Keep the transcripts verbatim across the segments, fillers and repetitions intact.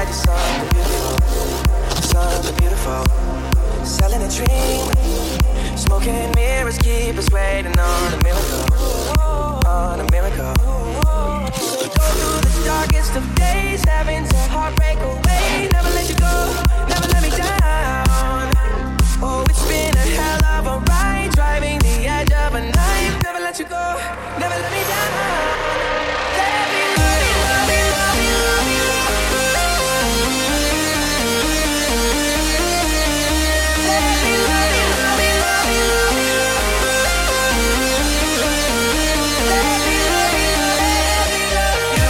like it's something beautiful, something beautiful. Selling a dream, smoking mirrors keep us waiting on a miracle, on a miracle. Go through the darkest of days, having to heartbreak away. Never let you go, never let me down. Oh, it's been a hell of a ride, driving the edge of a knife. Never let you go, never let me down. Let me love you, love you, love you, love you. Let me love you, love you, love you, love you. Let me love you, let me love you.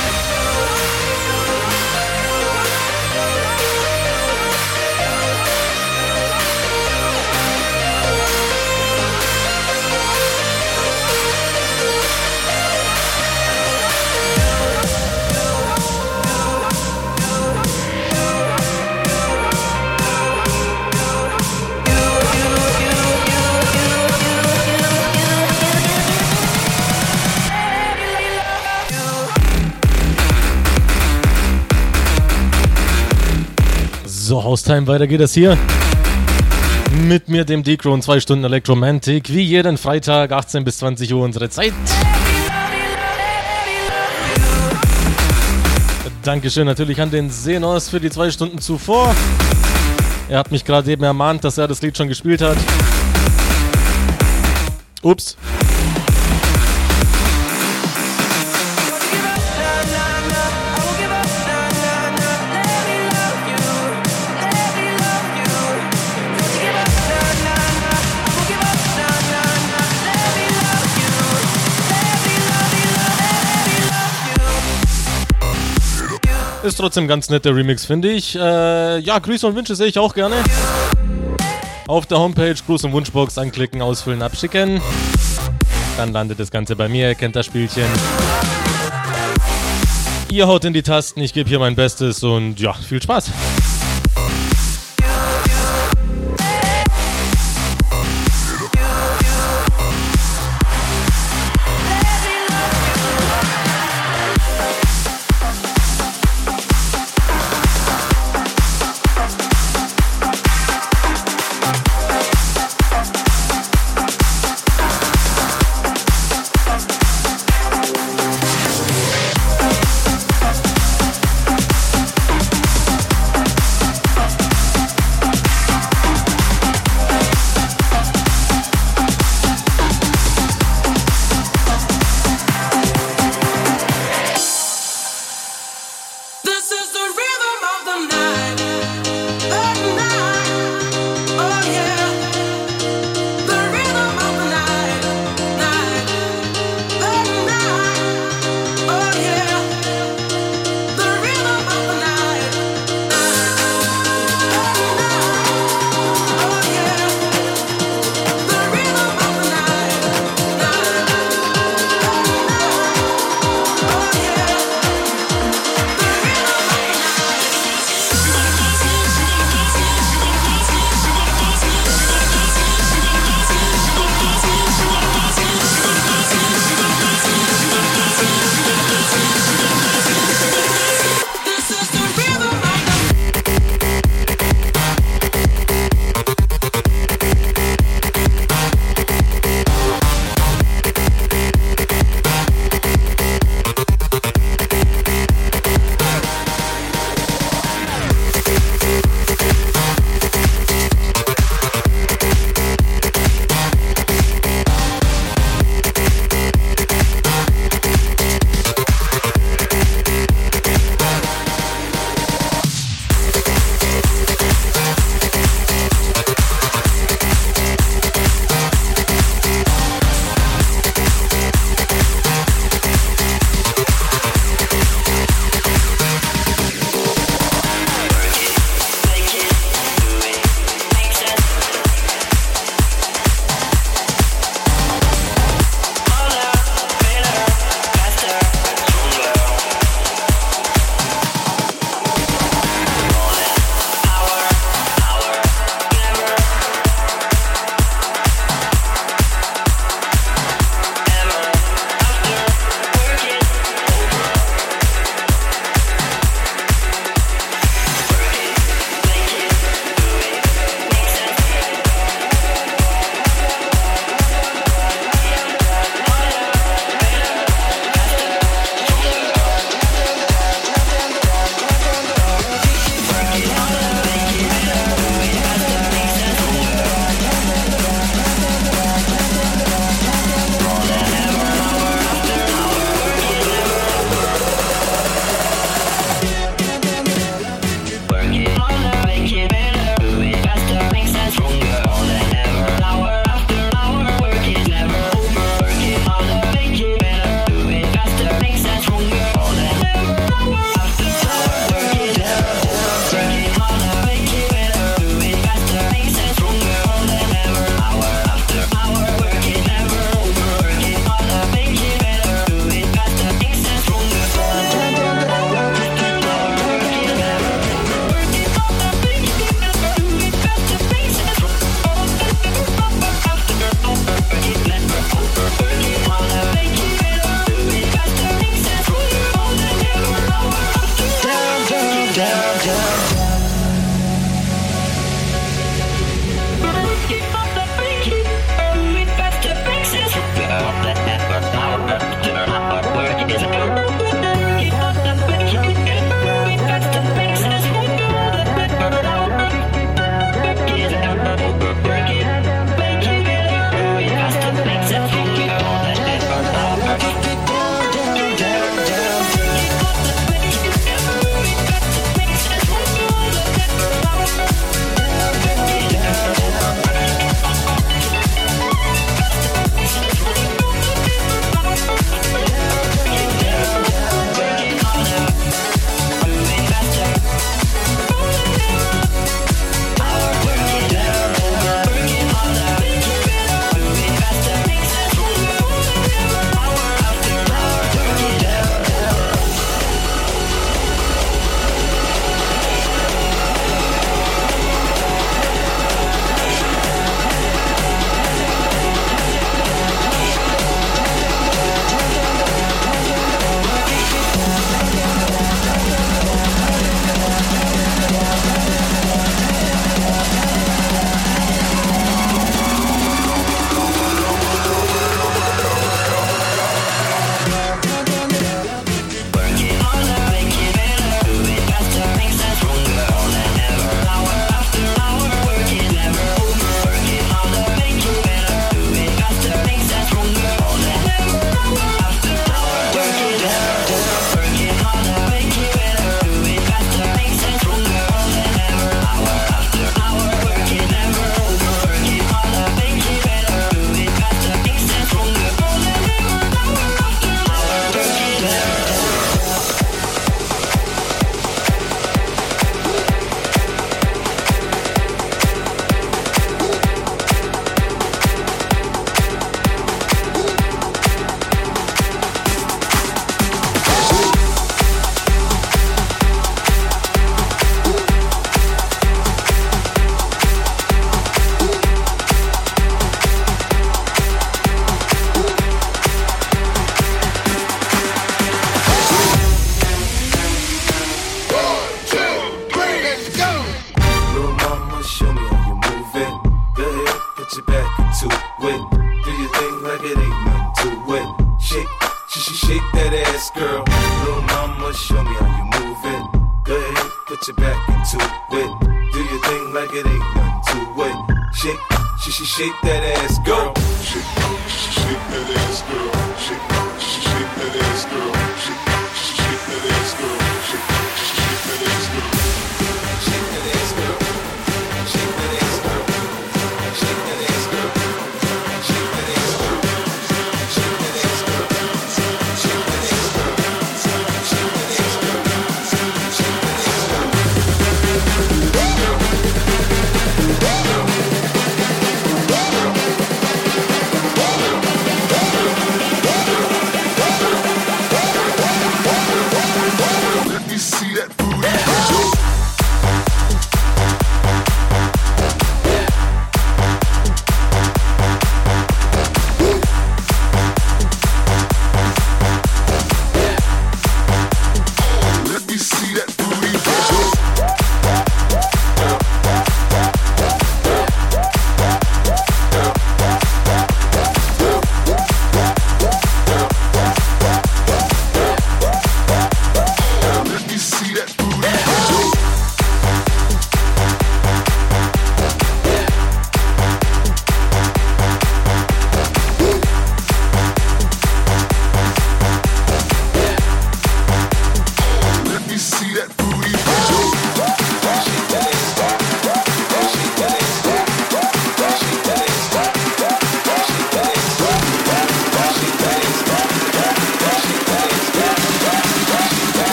So, Haustime, weiter geht es hier. Mit mir, dem D-Crown, zwei Stunden Electromantic. Wie jeden Freitag, achtzehn bis zwanzig Uhr unsere Zeit. Dankeschön natürlich an den Senos für die zwei Stunden zuvor. Er hat mich gerade eben ermahnt, dass er das Lied schon gespielt hat. Ups. Ist trotzdem ganz nett, der Remix, finde ich. Äh, ja, Grüße und Wünsche sehe ich auch gerne. Auf der Homepage Gruß- und Wunschbox anklicken, ausfüllen, abschicken. Dann landet das Ganze bei mir, ihr kennt das Spielchen. Ihr haut in die Tasten, ich gebe hier mein Bestes und ja, viel Spaß.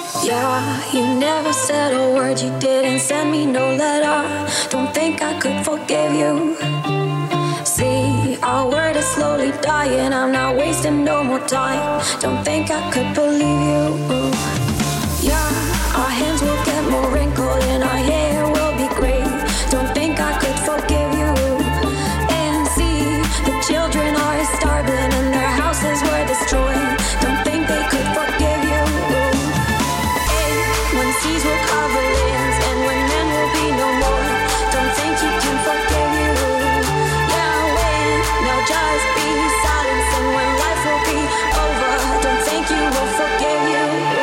Yeah, you never said a word, you didn't send me no letter. Don't think I could forgive you. See, our word is slowly dying, I'm not wasting no more time. Don't think I could believe you. Yeah, our hands will get more wrinkled and our hair will be gray. Don't think I could forgive you. And see, the children are starving and their houses were destroyed. Don't think they could forgive you. Hey, when seas will cover lands and when men will be no more. Don't think you can forgive you. Yeah, when now just be silence and when life will be over. Don't think you will forgive you.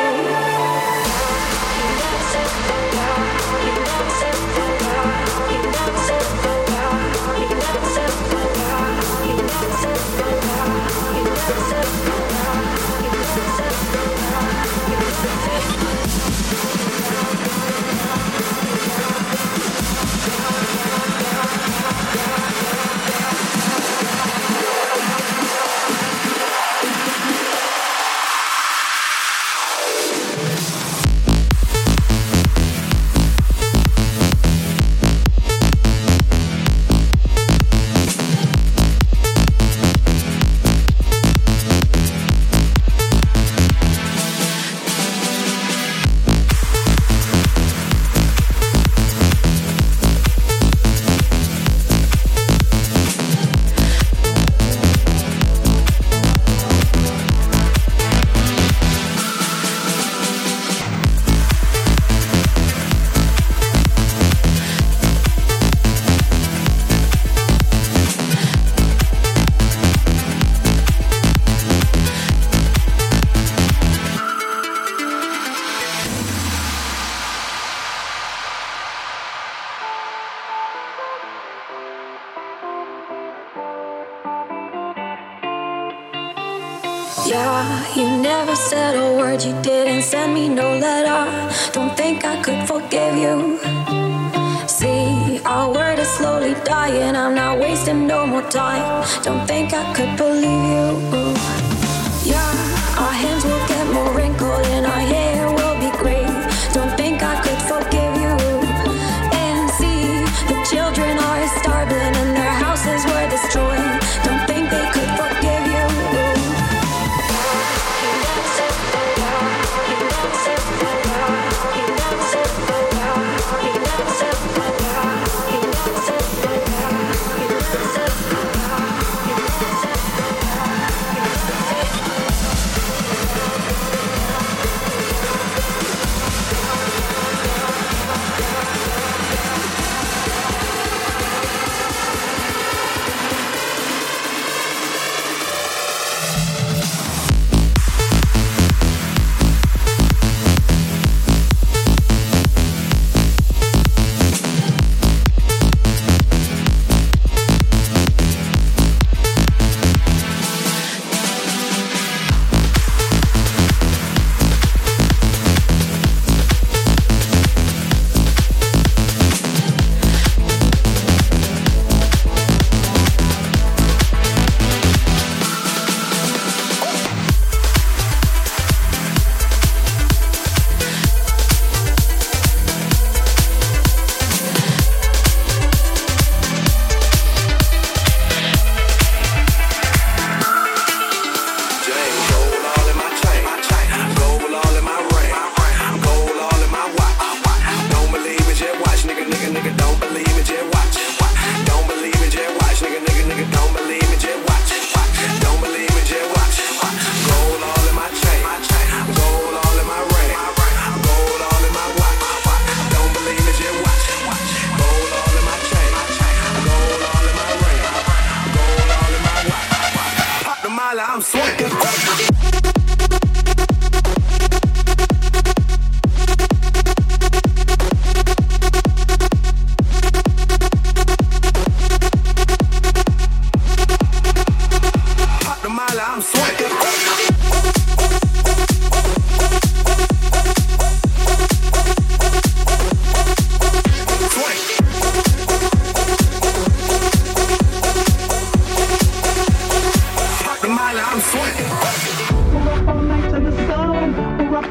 Yeah, you never said a word, you didn't send me no letter. Don't think I could forgive you. See, our word is slowly dying, I'm not wasting no more time. Don't think I could believe you. Yeah, our hands will get more wrinkled and our hair will be gray. Don't think I could forgive you. And see, the children are starving and their houses were destroyed. Don't think they could forgive you.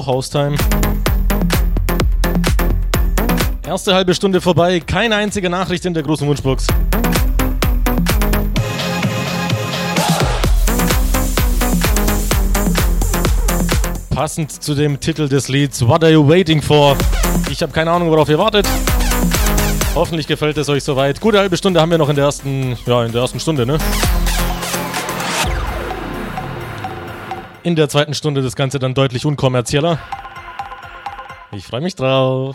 Haustime. Erste halbe Stunde vorbei, keine einzige Nachricht in der großen Wunschbox. Passend zu dem Titel des Lieds What Are You Waiting For? Ich habe keine Ahnung, worauf ihr wartet. Hoffentlich gefällt es euch soweit. Gute halbe Stunde haben wir noch in der ersten, ja, in der ersten Stunde, ne? In der zweiten Stunde das Ganze dann deutlich unkommerzieller. Ich freue mich drauf.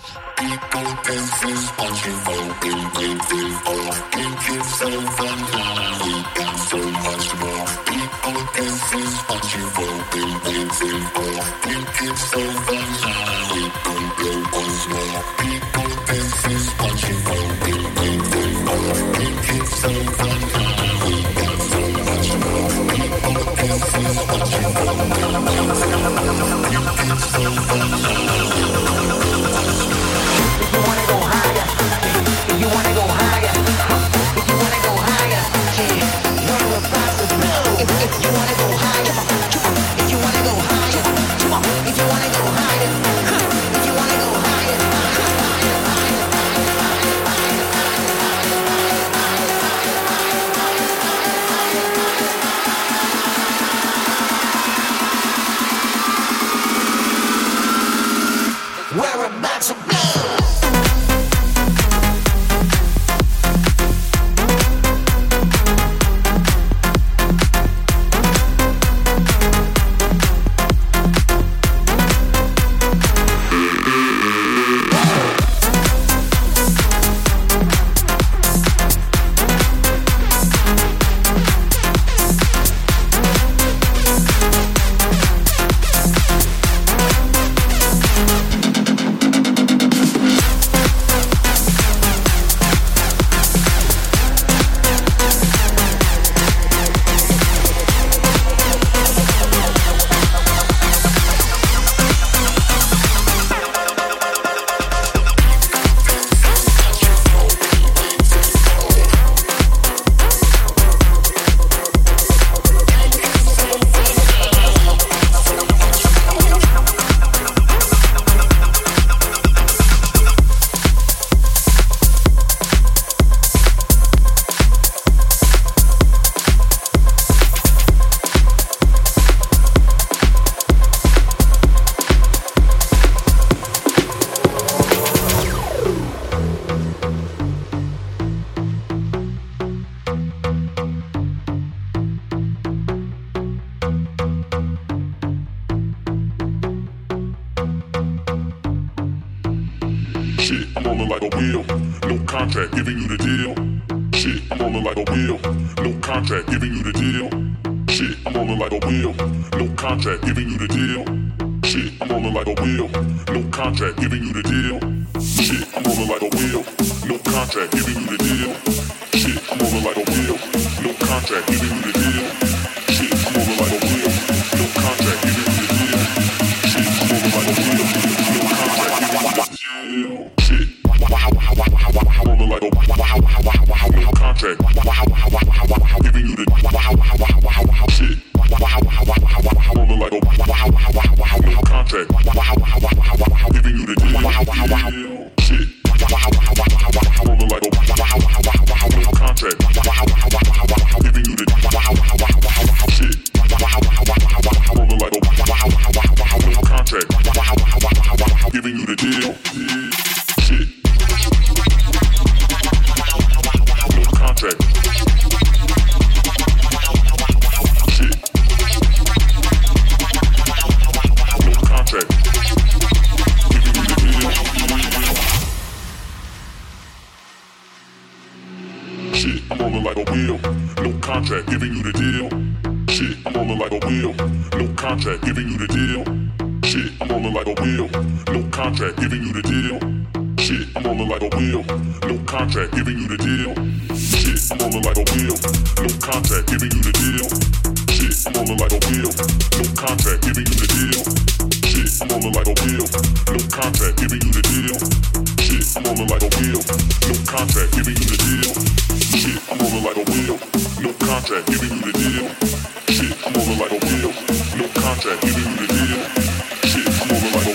Shit, I'm rolling like a wheel. No contract, giving you the deal. Shit, I'm rolling like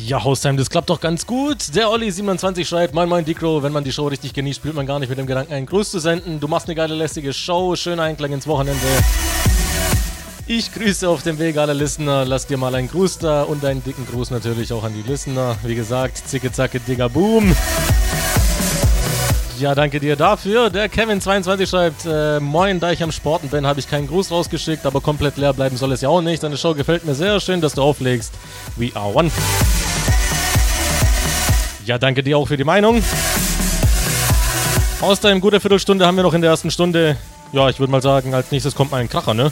Ja, Haustime, das klappt doch ganz gut. Der Olli siebenundzwanzig schreibt, moin moin Dicro, wenn man die Show richtig genießt, spielt man gar nicht mit dem Gedanken, einen Gruß zu senden. Du machst eine geile, lästige Show, schöner Einklang ins Wochenende. Ich grüße auf dem Weg alle Listener, lass dir mal einen Gruß da und einen dicken Gruß natürlich auch an die Listener. Wie gesagt, zicke zacke, digga, boom. Ja, danke dir dafür. Der Kevin zweiundzwanzig schreibt, äh, moin, da ich am Sporten bin, habe ich keinen Gruß rausgeschickt, aber komplett leer bleiben soll es ja auch nicht. Deine Show gefällt mir sehr, schön, dass du auflegst. We are one. Ja, danke dir auch für die Meinung. Aus deinem gute Viertelstunde haben wir noch in der ersten Stunde. Ja, ich würde mal sagen, als nächstes kommt mal ein Kracher, ne?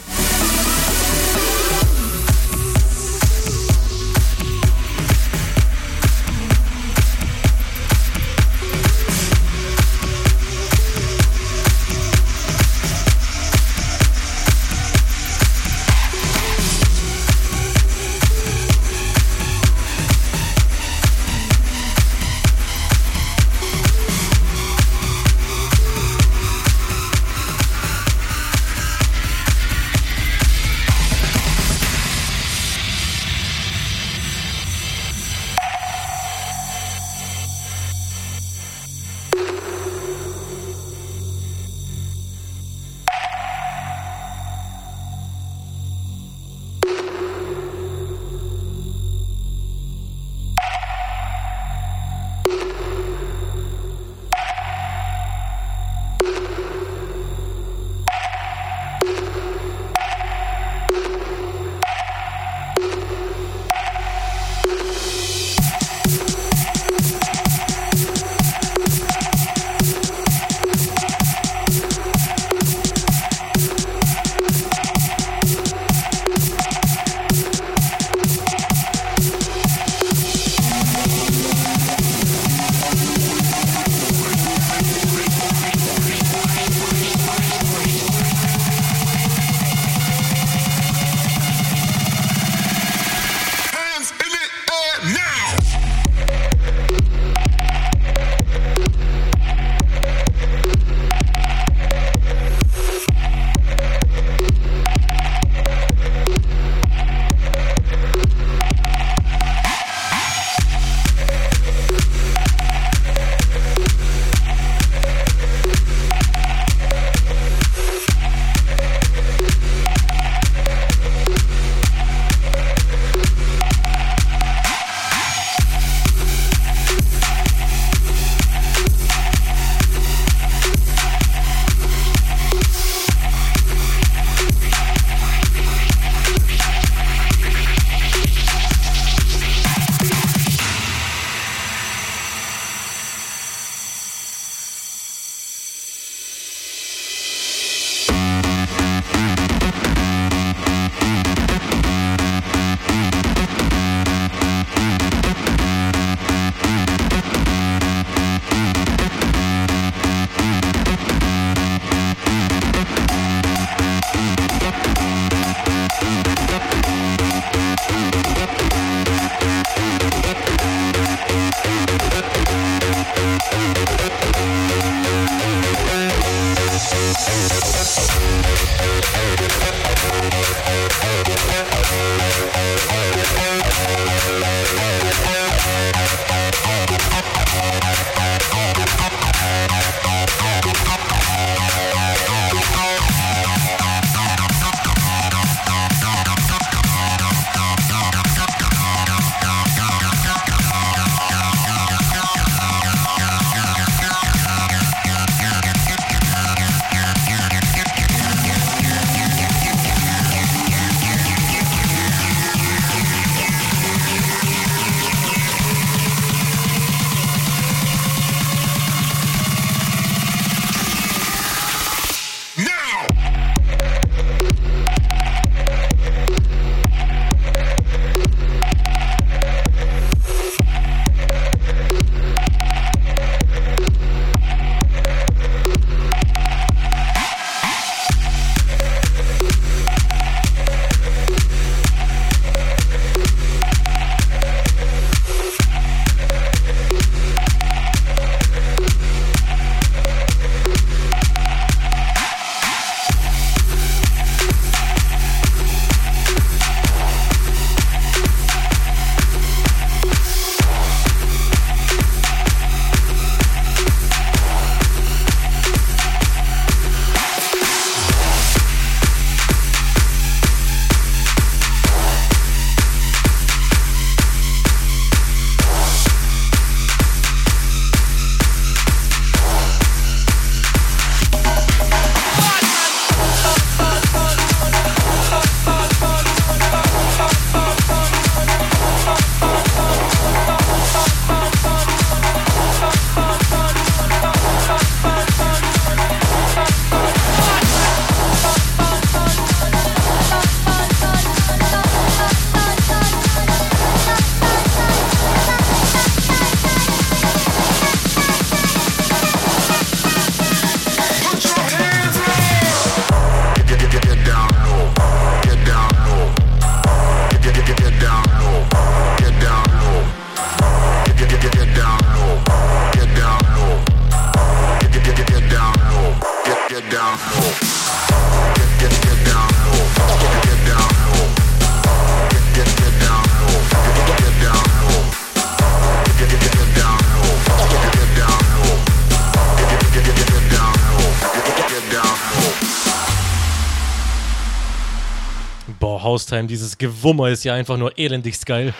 Haustime, dieses Gewummer ist ja einfach nur elendigst geil.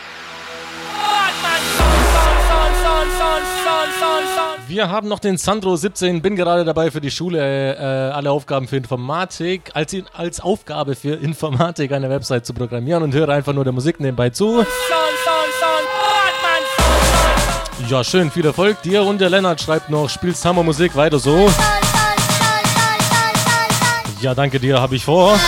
Wir haben noch den Sandro siebzehn, bin gerade dabei für die Schule, äh, alle Aufgaben für Informatik, als, als Aufgabe für Informatik eine Website zu programmieren und höre einfach nur der Musik nebenbei zu. Ja, schön, viel Erfolg dir. Und der Lennart schreibt noch, spielst Hammermusik, weiter so. Ja, danke dir, habe ich vor.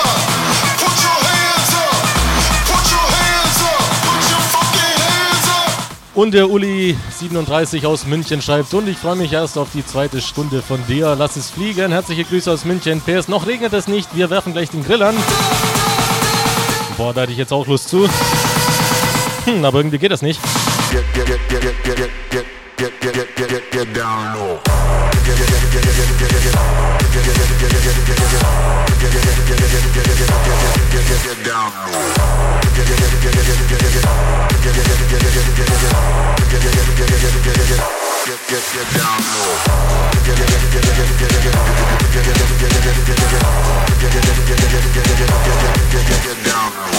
Und der Uli siebenunddreißig aus München schreibt, und ich freue mich erst auf die zweite Stunde von dir. Lass es fliegen. Herzliche Grüße aus München. P S, noch regnet es nicht. Wir werfen gleich den Grill an. Boah, da hätte ich jetzt auch Lust zu. Hm, aber irgendwie geht das nicht. Get, get, get, get, get, get, get, get, get, get, get, get, get down low. Get, get, get, get, get, get, get, get, get, get, get, get, get, get, get, get down low. Get, get, get, get, get, get, get, get, get, get, get, get, get, get, get, get down low. Get, get, get, get, get, get, get, get, get, get down low.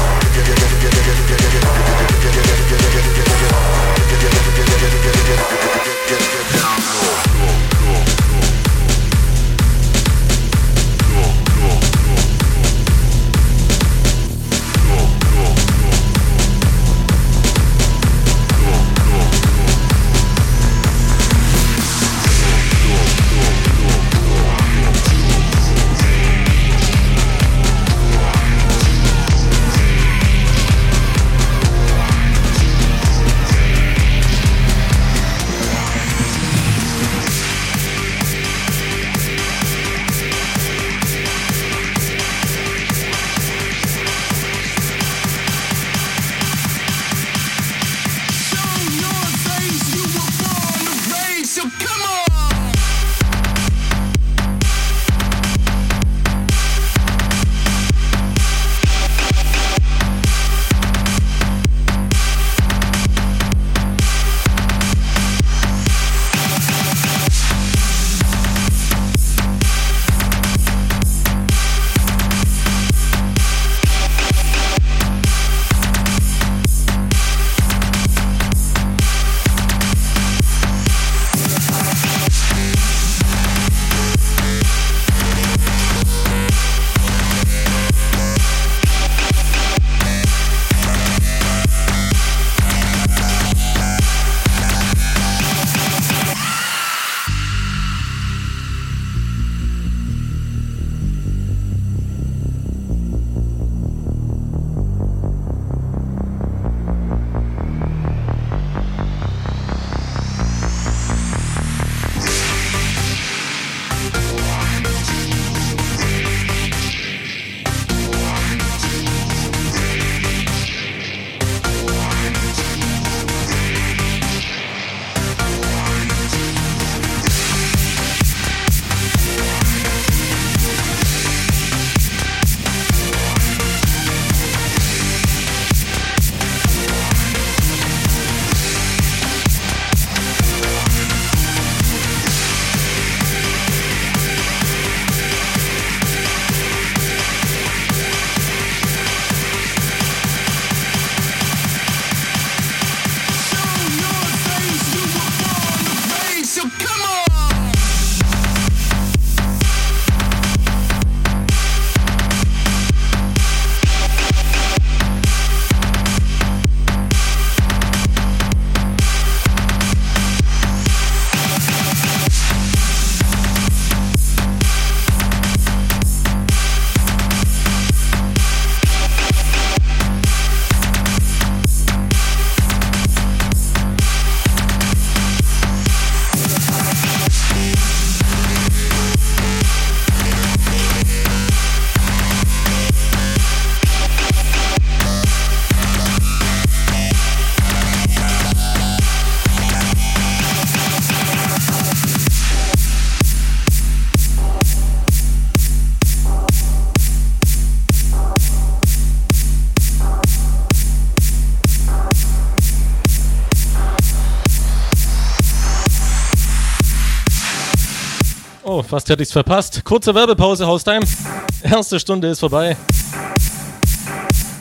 Oh, fast hätte ich's verpasst. Kurze Werbepause, Haustime. Erste Stunde ist vorbei.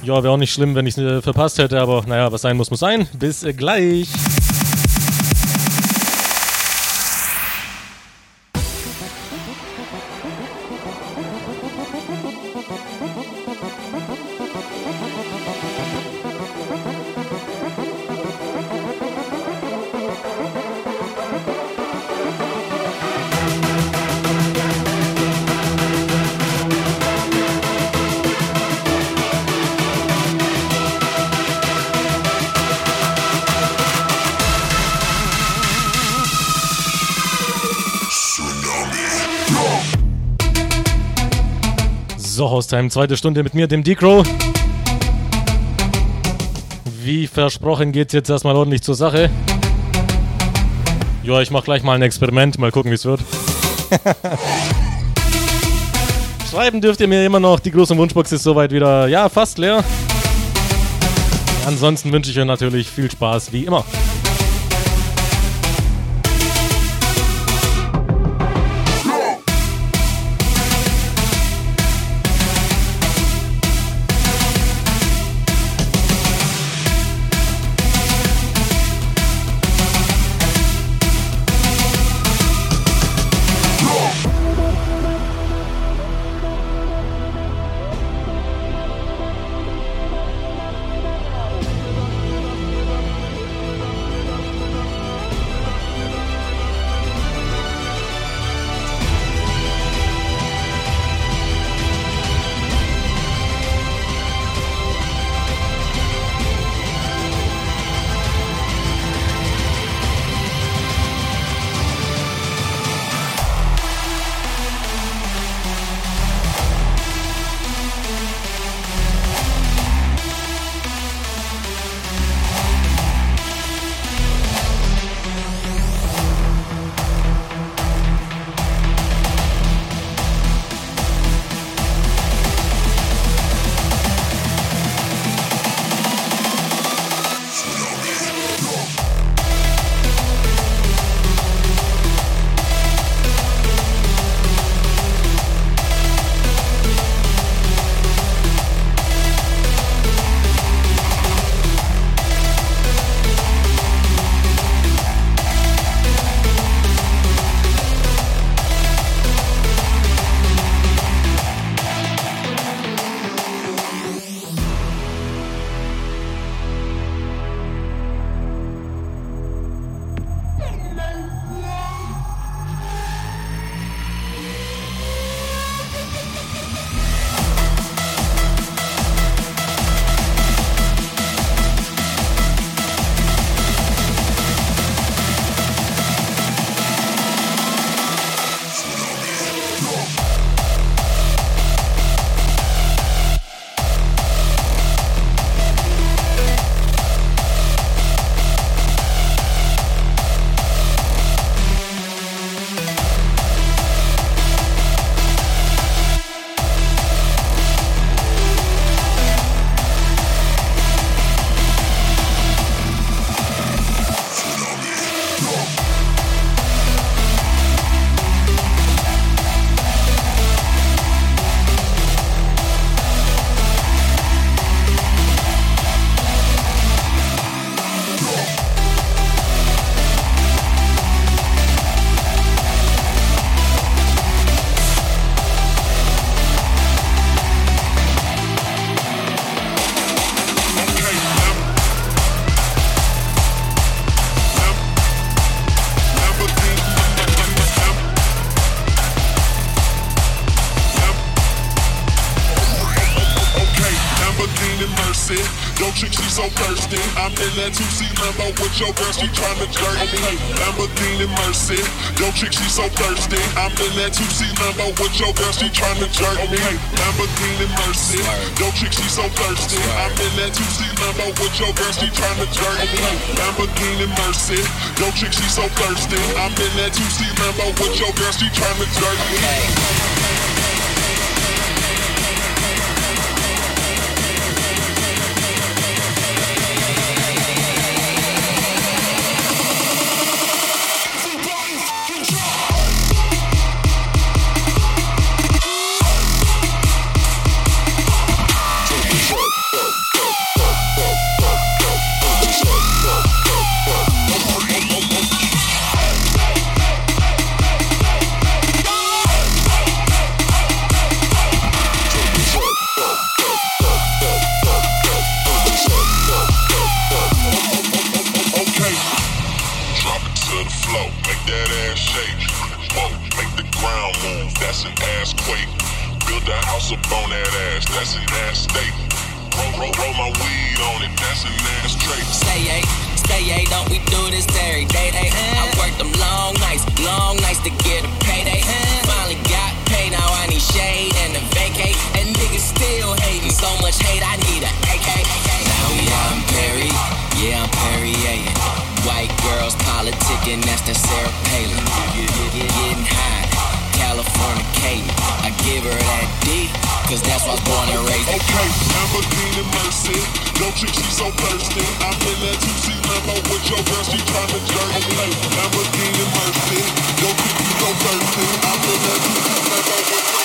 Ja, wäre auch nicht schlimm, wenn ich es äh, verpasst hätte, aber naja, was sein muss, muss sein. Bis äh, gleich. So, Haustime, zweite Stunde mit mir, dem D-Crow. Wie versprochen geht's jetzt erstmal ordentlich zur Sache. Ja, ich mach gleich mal ein Experiment, mal gucken, wie es wird. Schreiben dürft ihr mir immer noch, die große Wunschbox ist soweit wieder, ja, fast leer. Ansonsten wünsche ich euch natürlich viel Spaß, wie immer. so thirsty. I'm in that two C Lambo with your girl, she tryna jerk me. Lamborghini Mercy, yo chick, she so thirsty. I'm in that two C Lambo with your girl, she tryna jerk me. Lamborghini Mercy, yo chick, she so thirsty. I'm in that two C Lambo with your girl, she tryna jerk me. Lamborghini Mercy, yo chick, she so thirsty. I'm in that two C Lambo with your girl, she tryna jerk me. Go. that's an ass state. Roll, roll, roll my weed on it, that's an ass trait. Stay A, stay A, don't we do this every day? Day. I worked them long nights, long nights to get a payday. Finally got paid, now I need shade and a vacate. And niggas still hating, so much hate, I need a A K. Now yeah, I'm Perry, yeah, I'm Perrier. White girls politicking, that's the Sarah Palin. Getting high, Californicating. I give her that D, cause that's why I was born and raised. Okay, Lamborghini Mercy, yo chick she so thirsty. I'm in that two C Lambo with your girl, she tryna jerk me. Okay, Lamborghini Mercy, yo chick she so thirsty. I'm in that two C Lambo with your girl.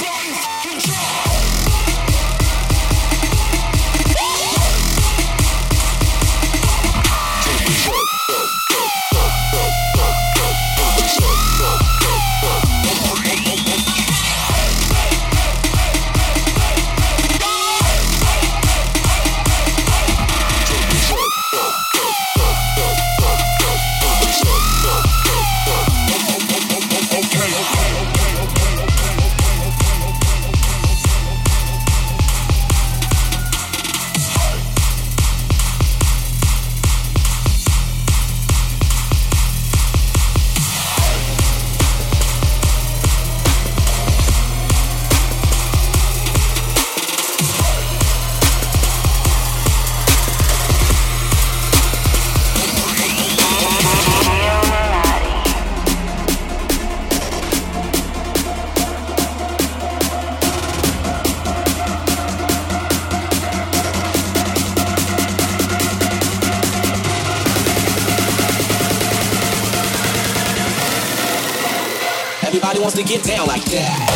Everybody wants to get down like that.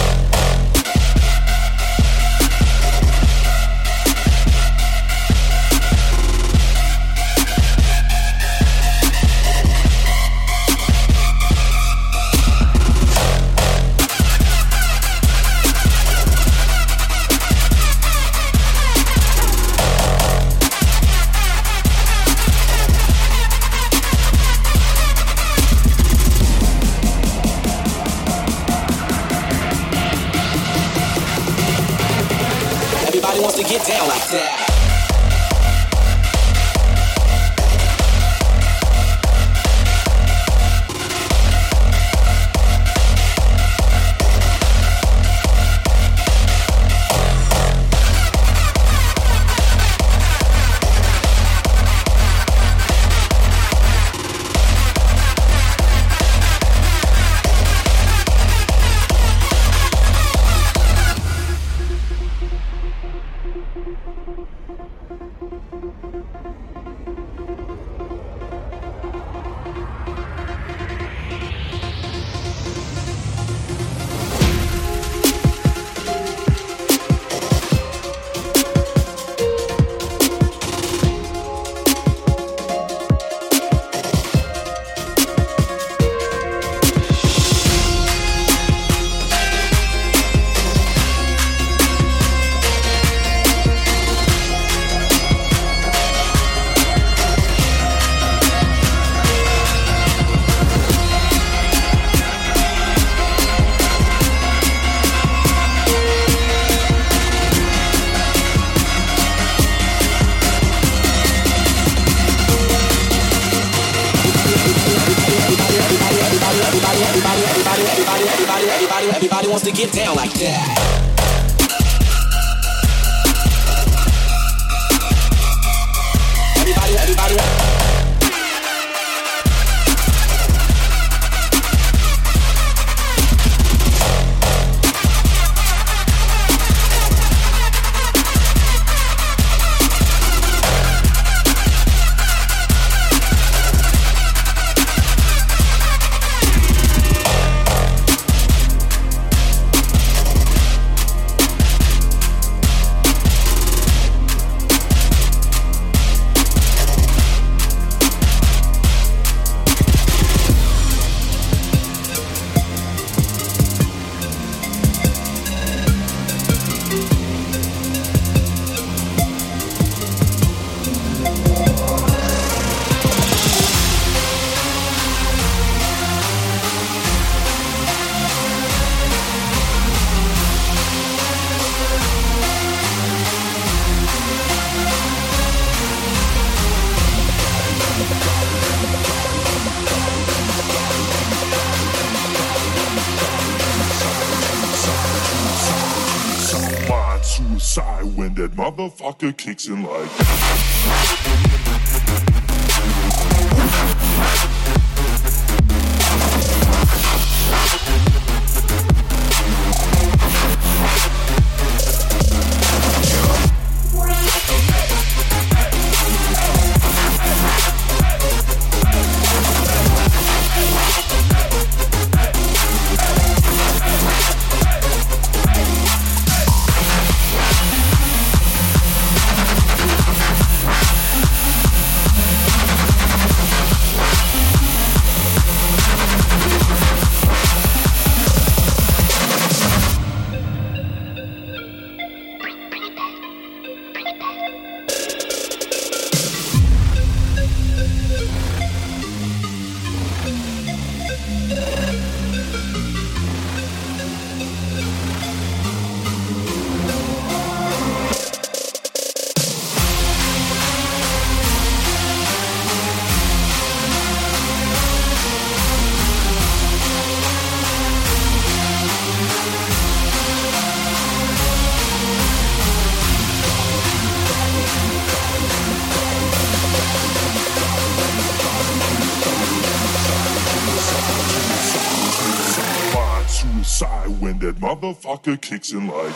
Wants to get down like that. Everybody wants to get down like that. Everybody, everybody. that motherfucker kicks in like. When that motherfucker kicks in like.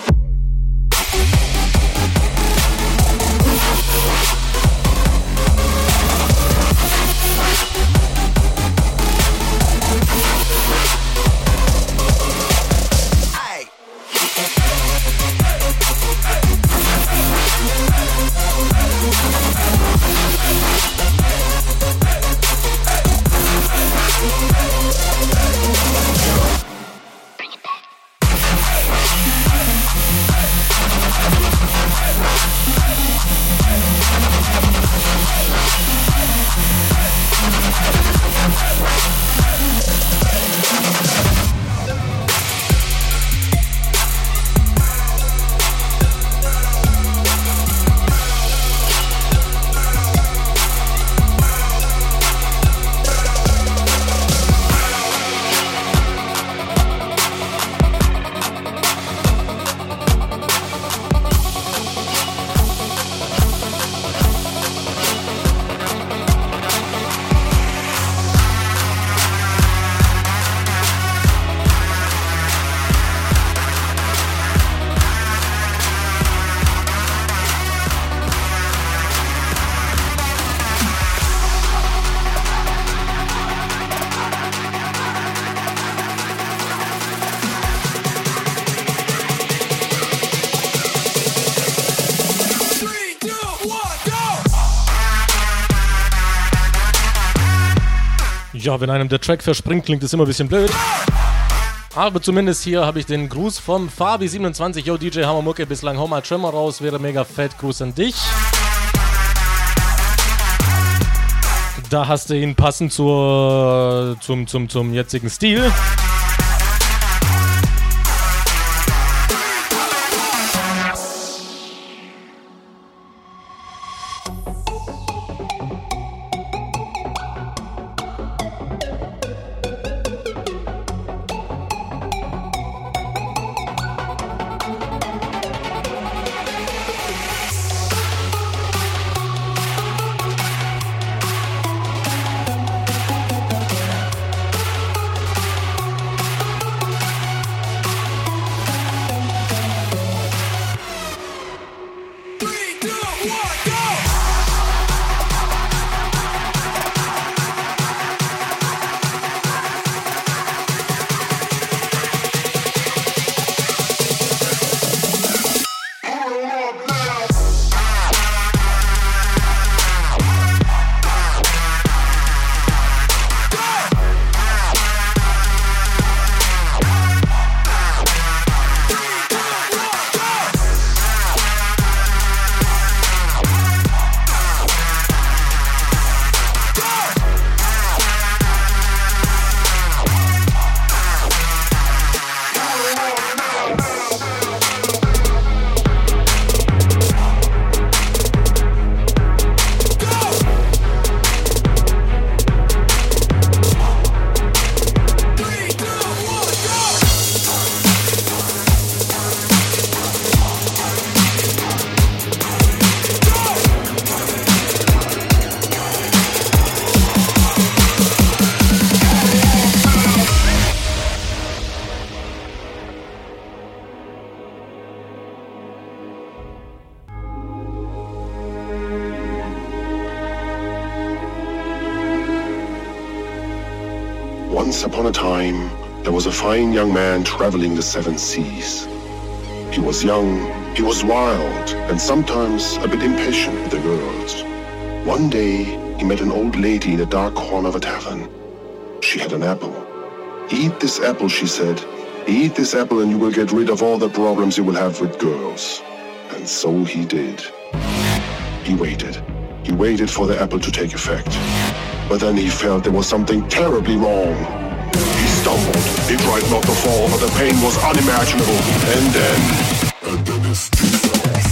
Ja, wenn einem der Track verspringt, klingt das immer ein bisschen blöd. Aber zumindest hier habe ich den Gruß vom Fabi siebenundzwanzig. Yo, D J Hammermucke, bislang hau mal Tremor raus, wäre mega fett. Gruß an dich. Da hast du ihn passend zur, zum, zum, zum jetzigen Stil. Once upon a time, there was a fine young man traveling the seven seas. He was young, he was wild, and sometimes a bit impatient with the girls. One day, he met an old lady in a dark corner of a tavern. She had an apple. Eat this apple, she said. Eat this apple and you will get rid of all the problems you will have with girls. And so he did. He waited. He waited for the apple to take effect. But then he felt there was something terribly wrong. He stumbled. He tried not to fall, but the pain was unimaginable. And then... And then his teeth fell off.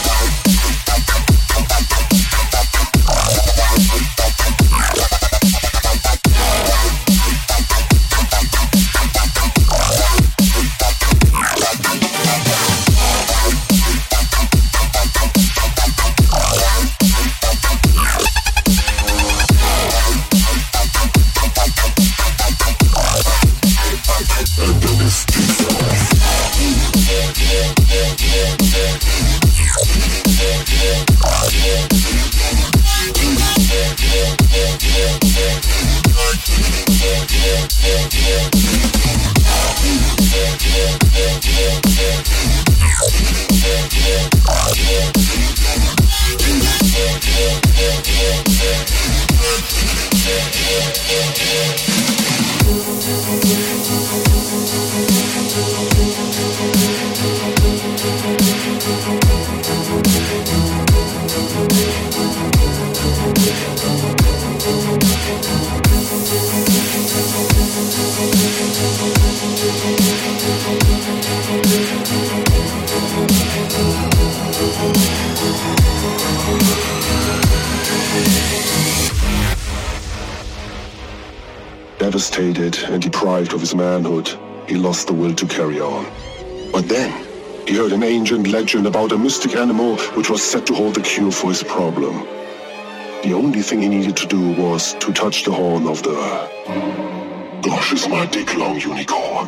Devastated and deprived of his manhood, he lost the will to carry on. But then, he heard an ancient legend about a mystic animal which was said to hold the cure for his problem. The only thing he needed to do was to touch the horn of the... Gosh, is my dick long unicorn.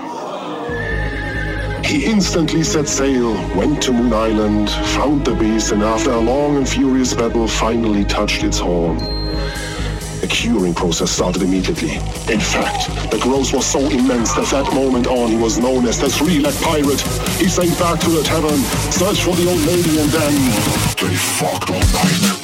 He instantly set sail, went to Moon Island, found the beast, and after a long and furious battle, finally touched its horn. The curing process started immediately. In fact, the growth was so immense that that moment on he was known as the three-legged pirate. He sailed back to the tavern, searched for the old lady, and then they fucked all night.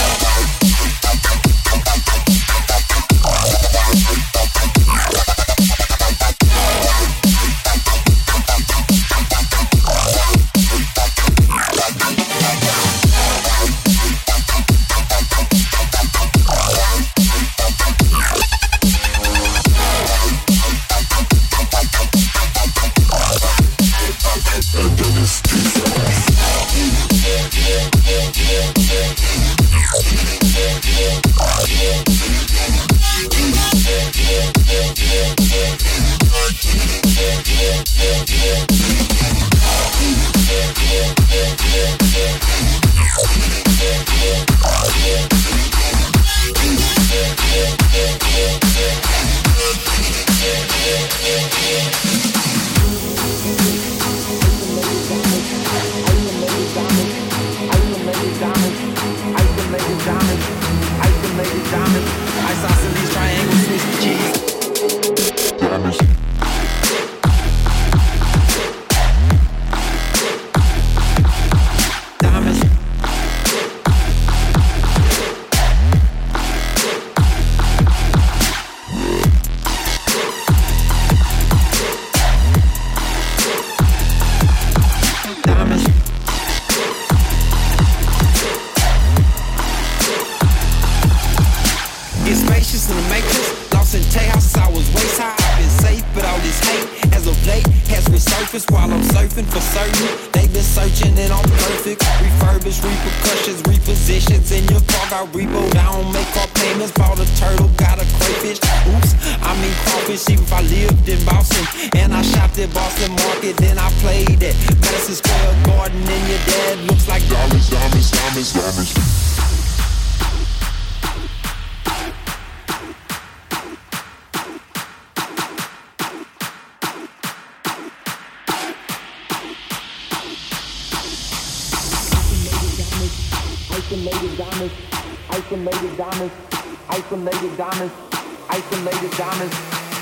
Isolated diamonds, isolated diamonds, isolated diamonds, isolated diamonds,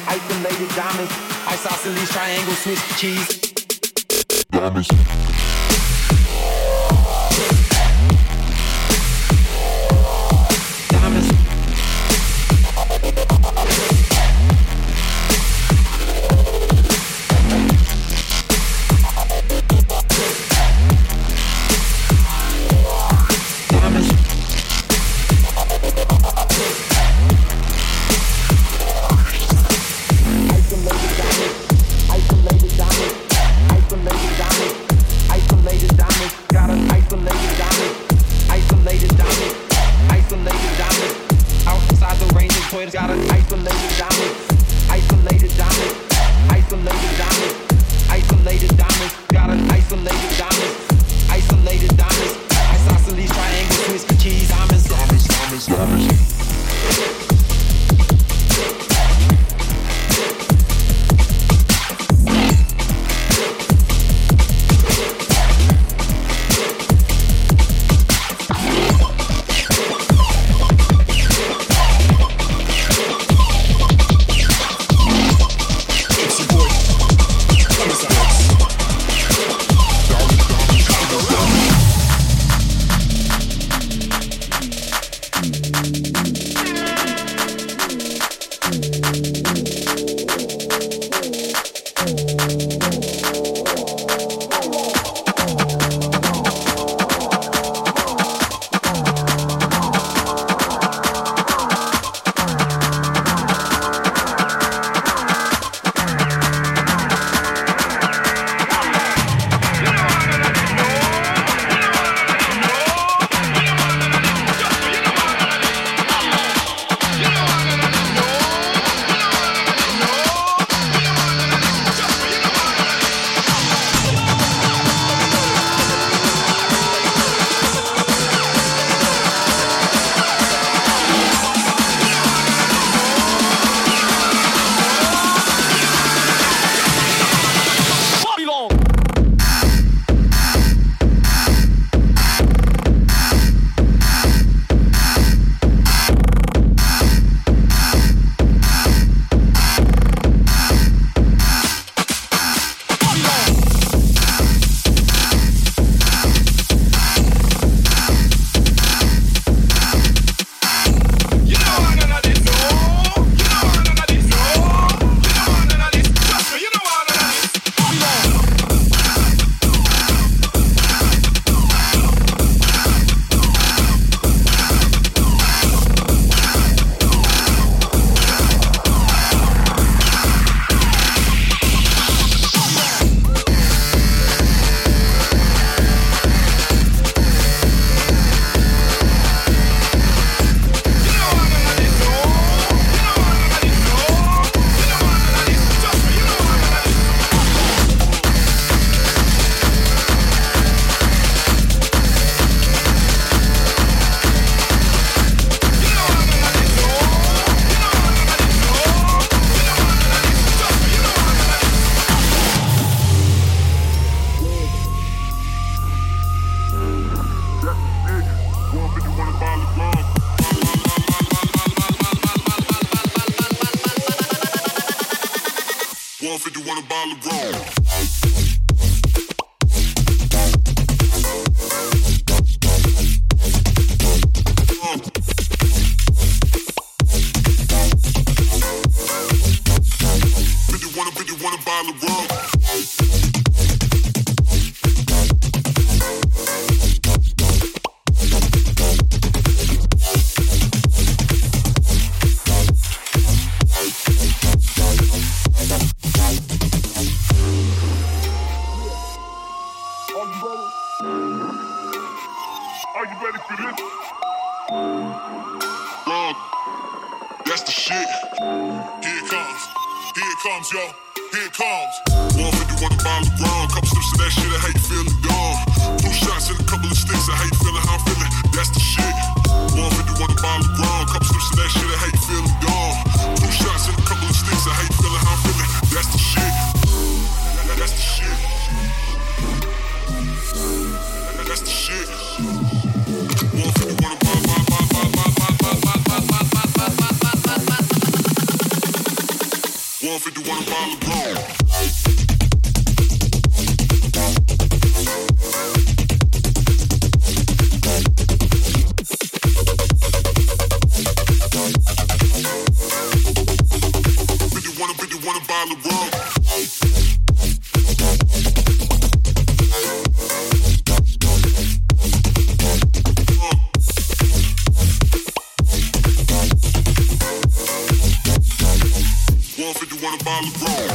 Isolated diamonds, isosceles, triangle, Swiss cheese. Diamonds. one fifty, want a bottle of rum. one fifty-one bottle of rum. fifty-one, fifty-one bottle of rum. one fifty-one bottle of rum.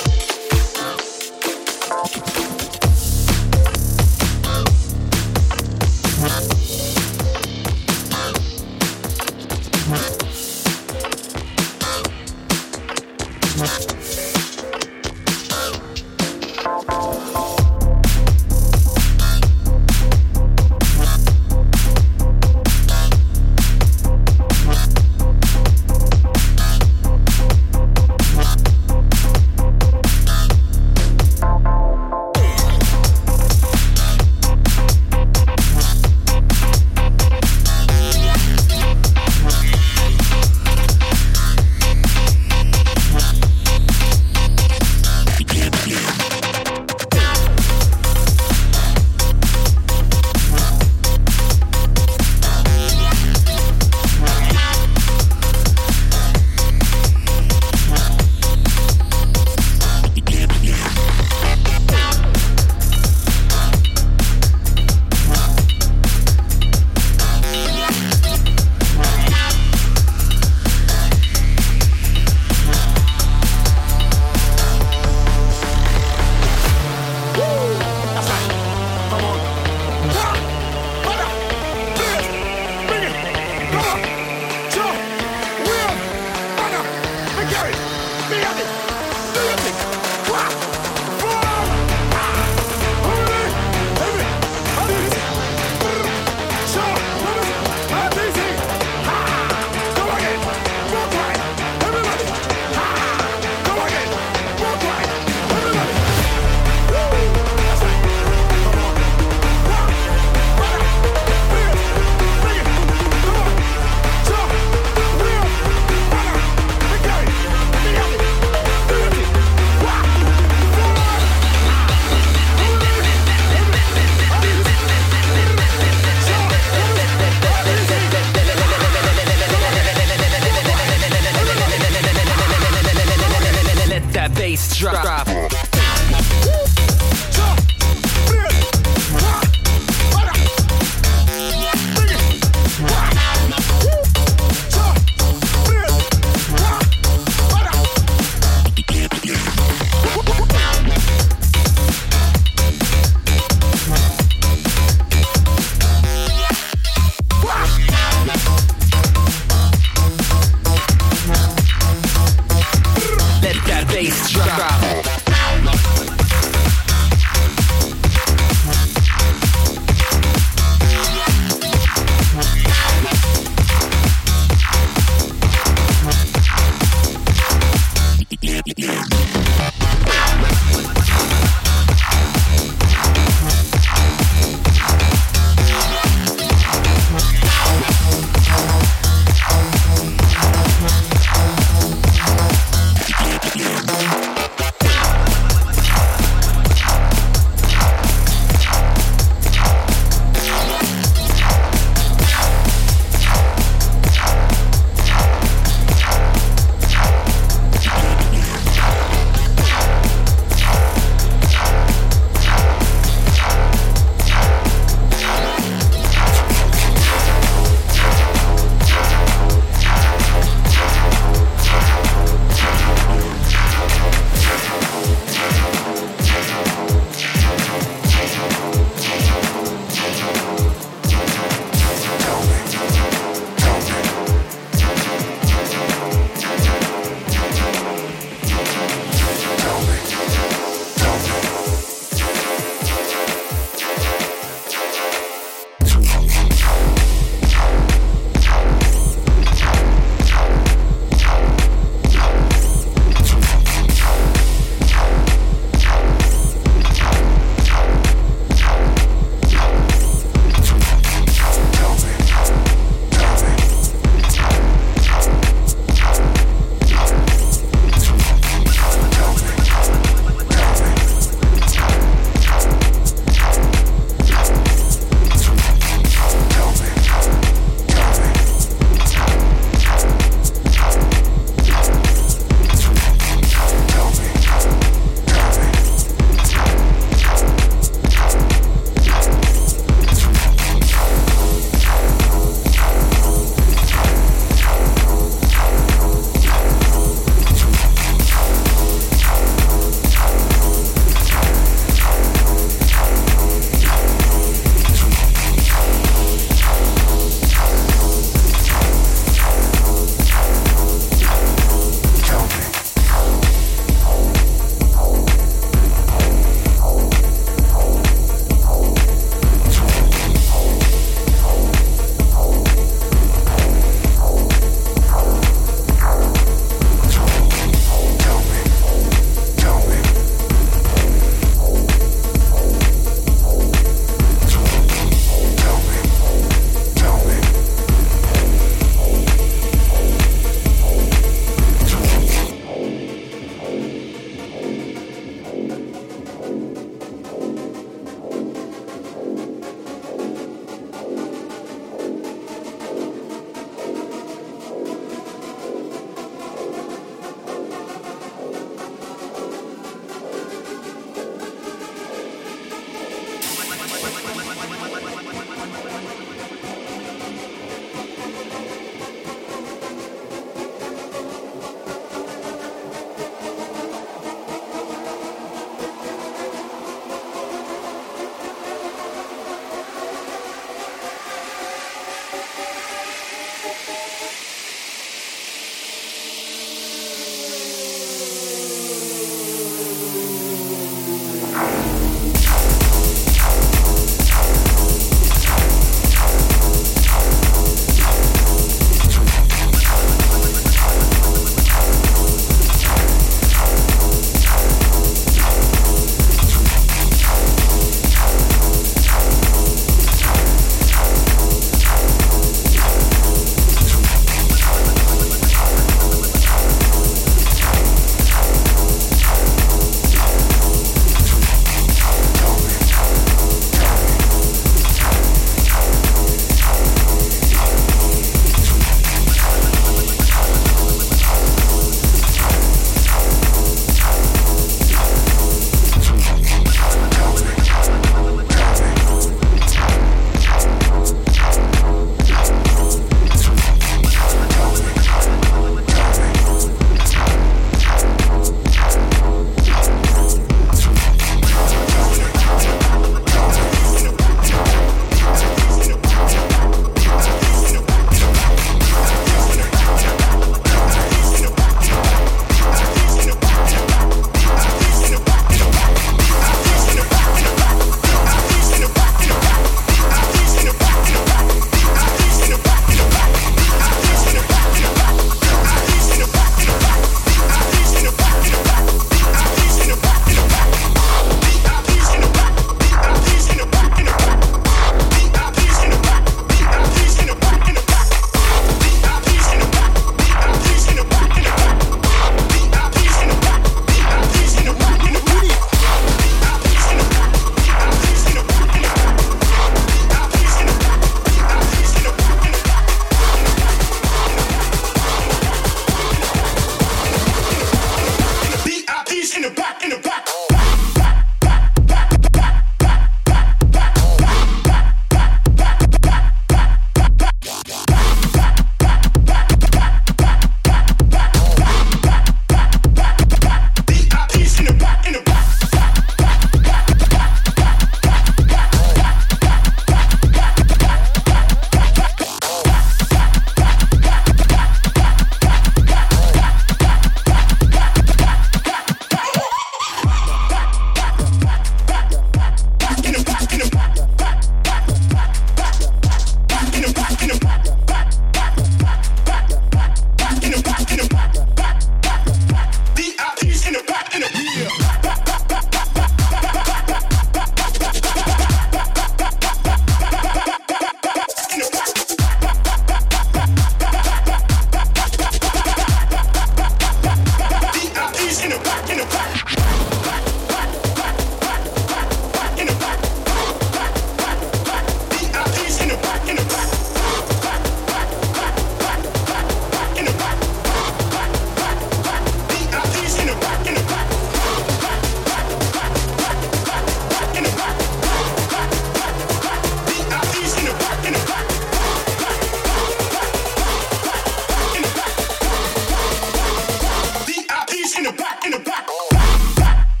In the back, in the back.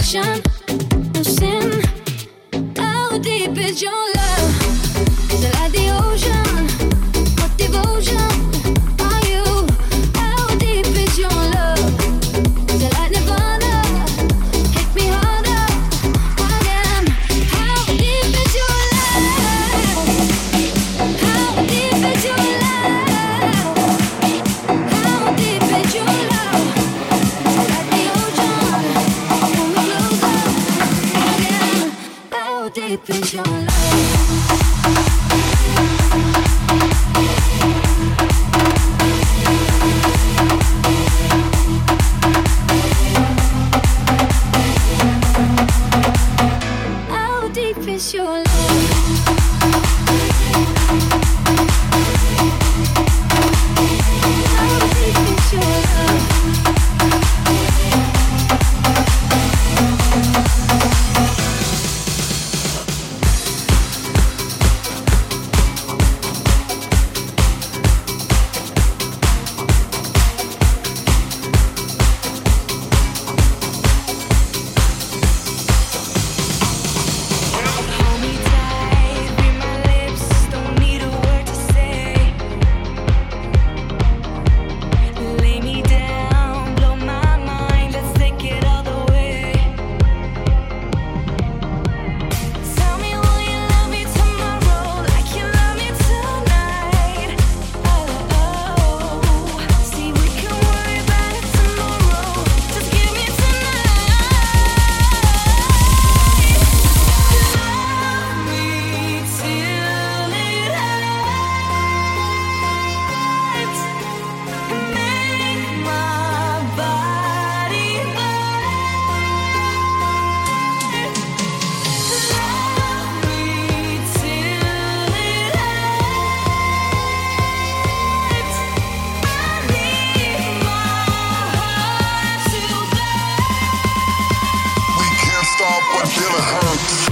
ocean, no sin. How deep is your love? Is it like the ocean? What devotion are you? How deep is your love? Is it like Nirvana? Hit me harder again. How deep is your love? How deep is your love? How deep is your love? Is it like the ocean? Pull me closer again. How deep is your love? How deep is your love? How deep is your love? Hold me tight, be my lips, don't need a word to say. Lay me down, blow my mind, let's take it all the way. Tell me, will you love me tomorrow like you love me tonight? Oh, oh, see, we can worry about it tomorrow. Just give me tonight. Love me till it hurts. Make my body burn. Love me till it hurts. I need my heart to burn. We can't stop until it hurts.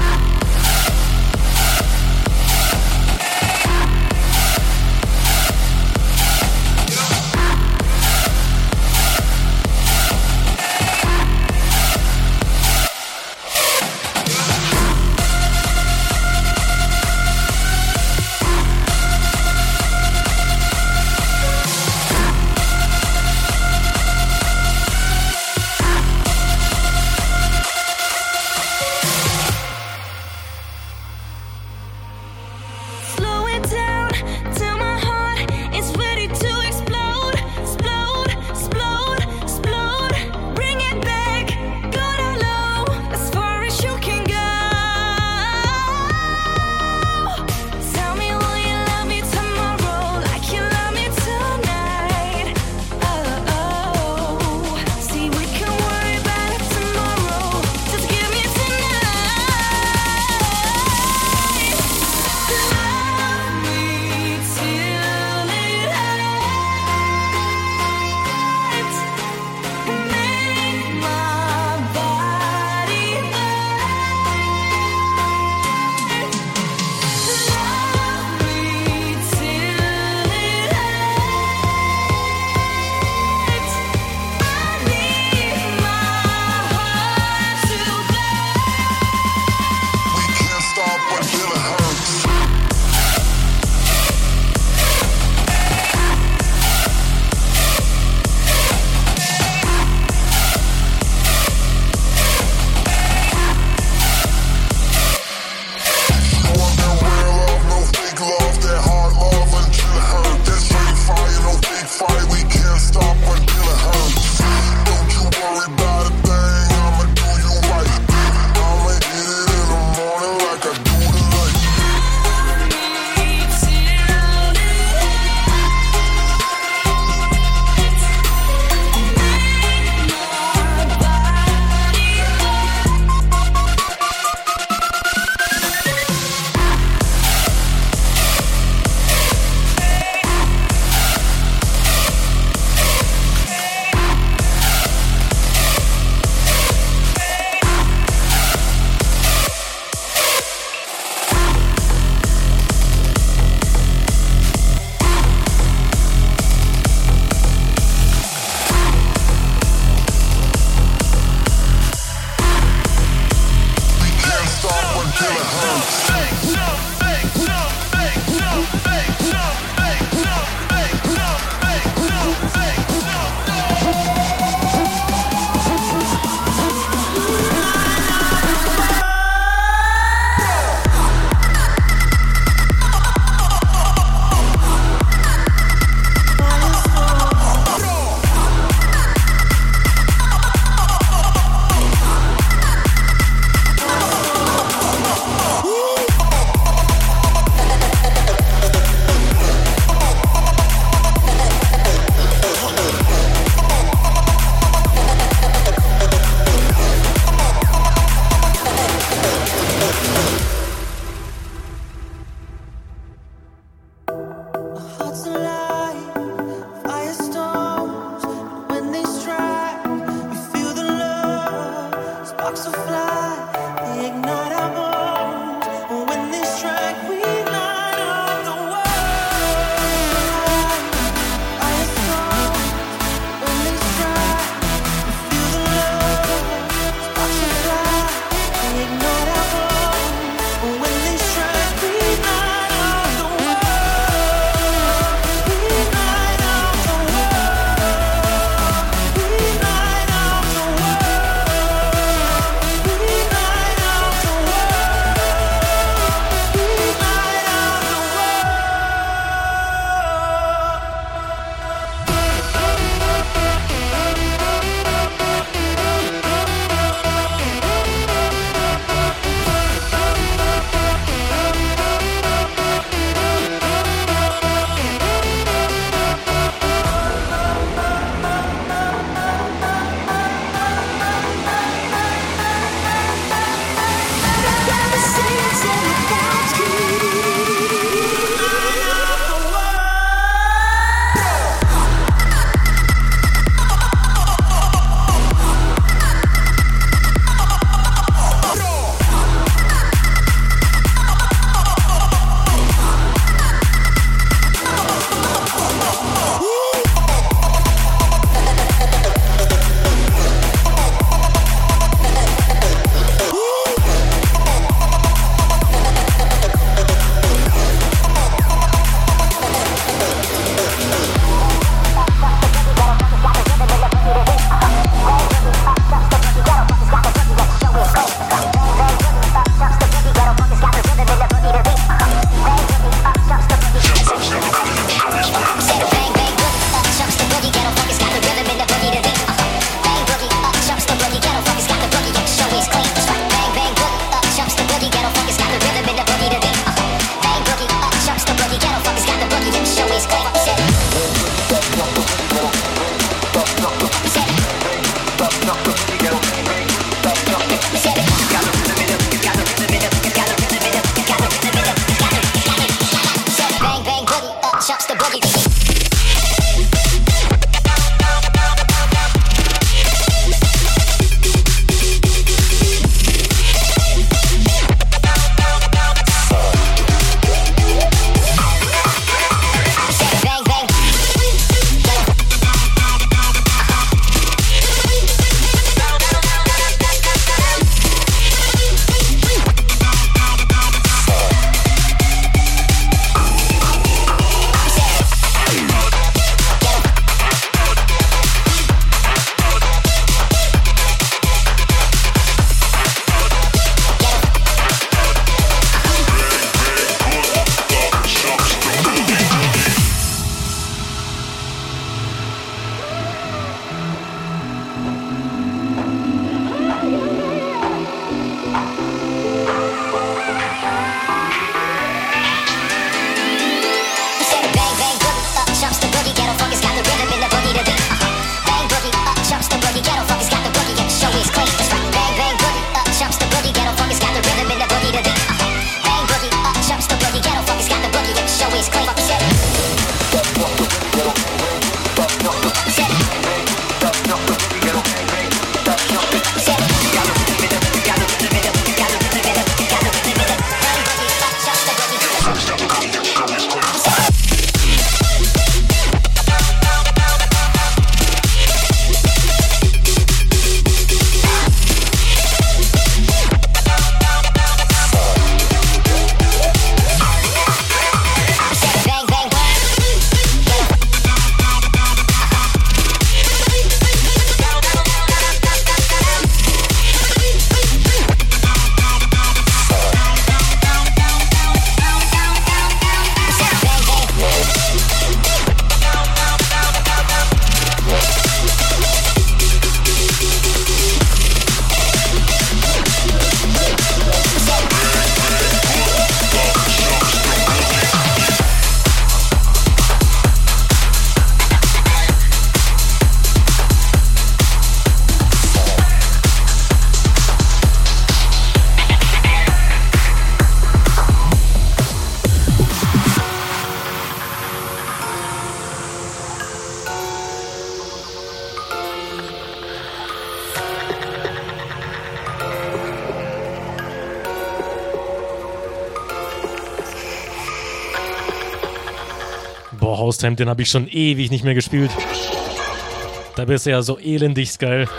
So, Haustime, den habe ich schon ewig nicht mehr gespielt. Da bist du ja so elendig geil.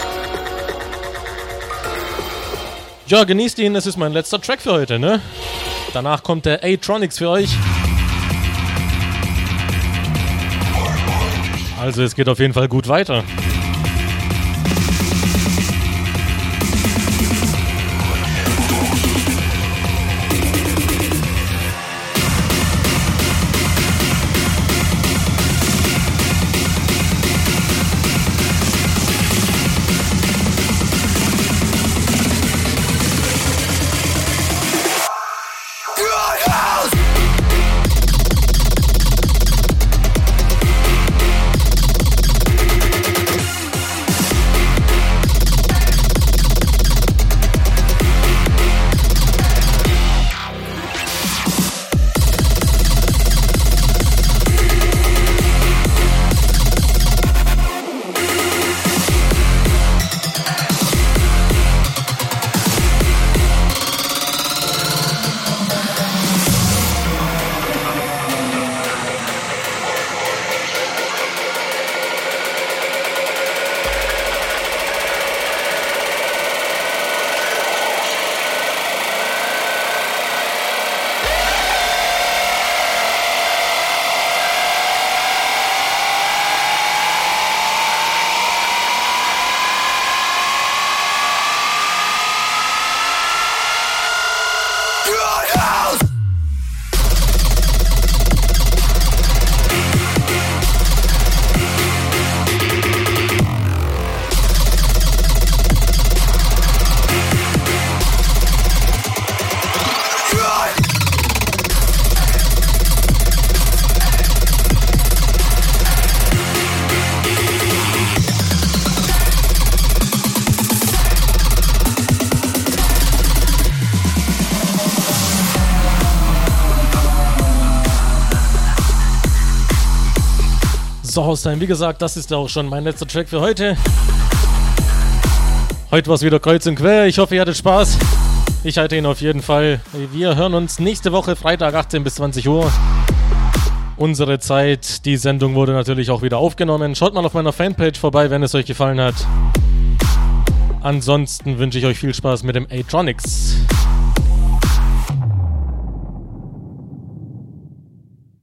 Ja, genießt ihn, es ist mein letzter Track für heute, ne? Danach kommt der A-Tronics für euch. Also es geht auf jeden Fall gut weiter. So, Haustime, wie gesagt, das ist auch schon mein letzter Track für heute. Heute war es wieder kreuz und quer. Ich hoffe, ihr hattet Spaß. Ich halte ihn auf jeden Fall. Wir hören uns nächste Woche, Freitag, achtzehn bis zwanzig Uhr. Unsere Zeit. Die Sendung wurde natürlich auch wieder aufgenommen. Schaut mal auf meiner Fanpage vorbei, wenn es euch gefallen hat. Ansonsten wünsche ich euch viel Spaß mit dem A-Tronics.